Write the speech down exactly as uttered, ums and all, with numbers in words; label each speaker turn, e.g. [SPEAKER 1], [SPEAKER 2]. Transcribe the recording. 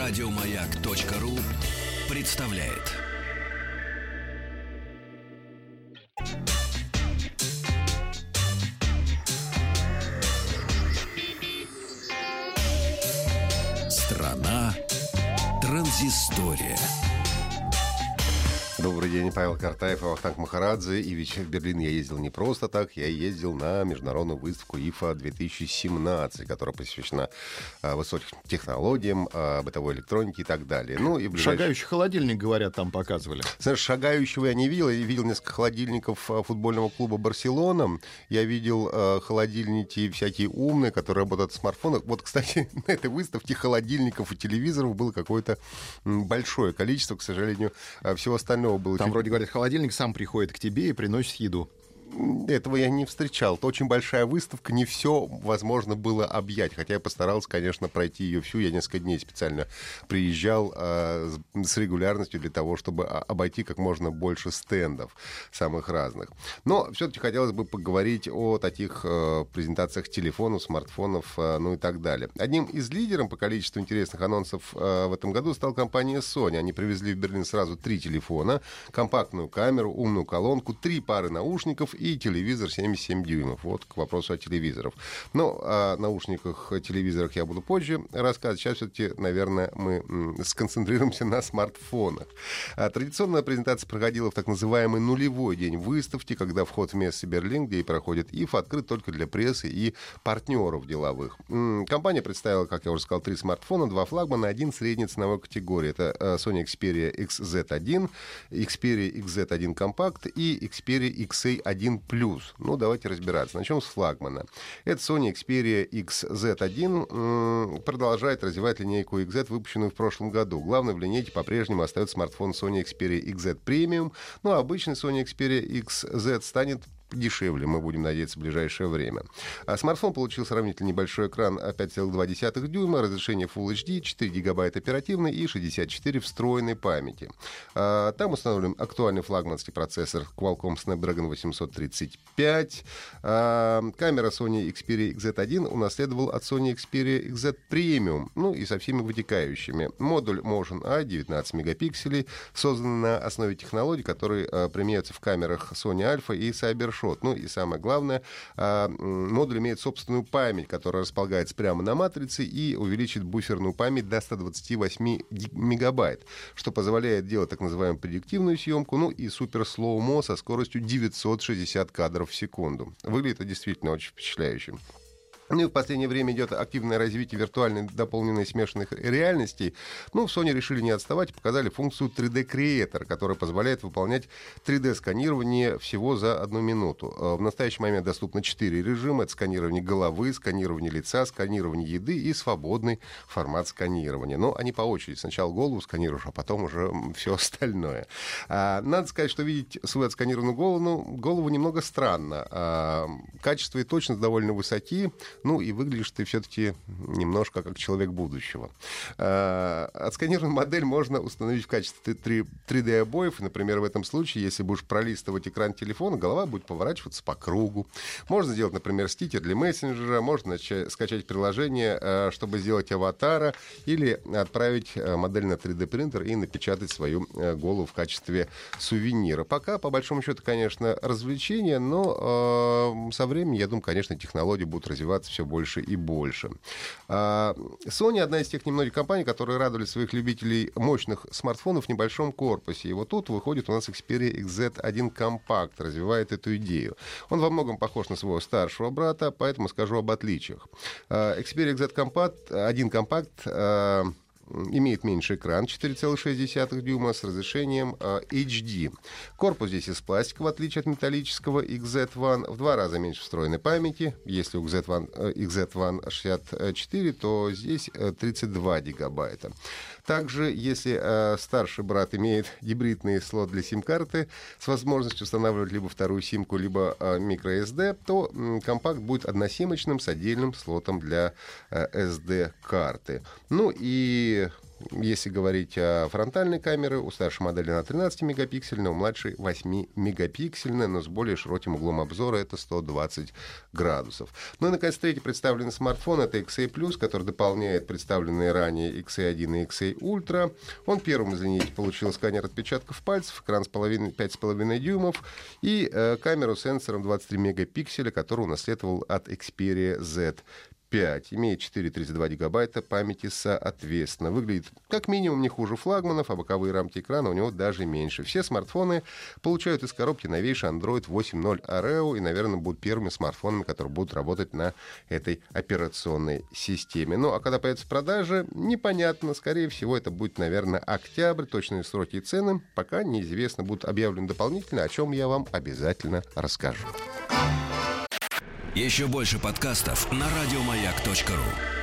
[SPEAKER 1] Радиомаяк.ру представляет. Страна транзистория.
[SPEAKER 2] Добрый день, Павел Картаев и Вахтанг Махарадзе. И ведь в Берлин я ездил не просто так, я ездил на международную выставку ай эф эй две тысячи семнадцать, которая посвящена а, высоким технологиям, а, бытовой электронике и так далее. Ну, и ближайший...
[SPEAKER 3] Шагающий холодильник, говорят, там показывали.
[SPEAKER 2] Знаешь, шагающего я не видел. Я видел несколько холодильников футбольного клуба «Барселона». Я видел а, холодильники всякие умные, которые работают в смартфонах. Вот, кстати, на этой выставке холодильников и телевизоров было какое-то большое количество, к сожалению, всего остального. Было
[SPEAKER 3] Там
[SPEAKER 2] чуть...
[SPEAKER 3] вроде говорят, холодильник сам приходит к тебе и приносит еду.
[SPEAKER 2] Этого я не встречал. Это очень большая выставка, не все возможно было объять. Хотя я постарался, конечно, пройти ее всю. Я несколько дней специально приезжал э, с регулярностью для того, чтобы обойти как можно больше стендов самых разных. Но все-таки хотелось бы поговорить о таких э, презентациях телефонов, смартфонов, э, ну и так далее. Одним из лидеров по количеству интересных анонсов э, в этом году стала компания Sony. Они привезли в Берлин сразу три телефона, компактную камеру, умную колонку, три пары наушников и телевизор семьдесят семь дюймов. Вот к вопросу о телевизорах. Но о наушниках, телевизорах я буду позже рассказывать. Сейчас все-таки, наверное, мы сконцентрируемся на смартфонах. А традиционная презентация проходила в так называемый нулевой день выставки, когда вход в место Берлин, где и проходит ай эф эй, открыт только для прессы и партнеров деловых. Компания представила, как я уже сказал, три смартфона, два флагмана, один средней ценовой категории. Это Sony Xperia икс зет один, Xperia икс зет один Compact и Xperia икс эй один плюс. Ну, давайте разбираться. Начнем с флагмана. Это Sony Xperia икс зет один м- продолжает развивать линейку икс зет, выпущенную в прошлом году. Главной в линейке по-прежнему остается смартфон Sony Xperia икс зет Premium, но обычный Sony Xperia икс зет станет дешевле, мы будем надеяться, в ближайшее время. А смартфон получил сравнительно небольшой экран пять целых два десятых дюйма, разрешение Full эйч ди, четыре гигабайта оперативной и шестьдесят четыре встроенной памяти. А, там установлен актуальный флагманский процессор Qualcomm Snapdragon восемьсот тридцать пять. А, камера Sony Xperia икс зет один унаследовал от Sony Xperia икс зет Premium, ну и со всеми вытекающими. Модуль Motion Eye девятнадцать мегапикселей, создан на основе технологий, которые а, применяются в камерах Sony Alpha и Cybershot. Ну и самое главное, модуль имеет собственную память, которая располагается прямо на матрице и увеличит буферную память до ста двадцати восьми мегабайт, что позволяет делать так называемую предиктивную съемку, ну и супер слоумо со скоростью девятьсот шестьдесят кадров в секунду. Выглядит это действительно очень впечатляюще. Ну и в последнее время идет активное развитие виртуальной дополненной смешанных реальностей. Ну, в Sony решили не отставать и показали функцию три дэ Creator, которая позволяет выполнять три дэ-сканирование всего за одну минуту. В настоящий момент доступно четыре режима. Это сканирование головы, сканирование лица, сканирование еды и свободный формат сканирования. Но они по очереди. Сначала голову сканируешь, а потом уже все остальное. А, надо сказать, что видеть свою отсканированную голову, голову немного странно. А, качество и точность довольно высоки. Ну, и выглядишь ты все-таки немножко как человек будущего. А, отсканированную модель можно установить в качестве три дэ-обоев. Например, в этом случае, если будешь пролистывать экран телефона, голова будет поворачиваться по кругу. Можно сделать, например, стикер для мессенджера, можно скачать приложение, чтобы сделать аватара, или отправить модель на три дэ-принтер и напечатать свою голову в качестве сувенира. Пока, по большому счету, конечно, развлечение, но э, со временем, я думаю, конечно, технологии будут развиваться все больше и больше. Sony — одна из тех немногих компаний, которые радовали своих любителей мощных смартфонов в небольшом корпусе. И вот тут выходит у нас Xperia икс зет один Compact, развивает эту идею. Он во многом похож на своего старшего брата, поэтому скажу об отличиях. Xperia икс зет Compact, один Compact имеет меньший экран четыре целых шесть десятых дюйма с разрешением э, эйч ди. Корпус здесь из пластика, в отличие от металлического икс зет один. В два раза меньше встроенной памяти. Если у икс зет один, э, икс зет один шестьдесят четыре, то здесь э, тридцать два гигабайта. Также, если э, старший брат имеет гибридный слот для сим-карты с возможностью устанавливать либо вторую симку, либо э, microSD, то э, компакт будет односимочным с отдельным слотом для э, эс ди-карты. Ну и Если говорить о фронтальной камере, у старшей модели она тринадцатимегапиксельная, у младшей восьмимегапиксельная, но с более широким углом обзора, это сто двадцать градусов. Ну и, наконец, третий представленный смартфон — это икс эй плюс, который дополняет представленные ранее икс эй один и икс эй Ultra. Он первым из линейки получил сканер отпечатков пальцев, экран с пять с половиной дюймов и э, камеру с сенсором двадцать три мегапикселя, который унаследовал от Xperia зет пять. Имеет четыре тридцать два гигабайта памяти соответственно. Выглядит как минимум не хуже флагманов, а боковые рамки экрана у него даже меньше. Все смартфоны получают из коробки новейший Android восемь ноль Oreo и, наверное, будут первыми смартфонами, которые будут работать на этой операционной системе. Ну, а когда появится в продаже, непонятно. Скорее всего, это будет, наверное, октябрь. Точные сроки и цены пока неизвестно. Будут объявлены дополнительно, о чем я вам обязательно расскажу.
[SPEAKER 1] Еще больше подкастов на радиомаяк точка ру.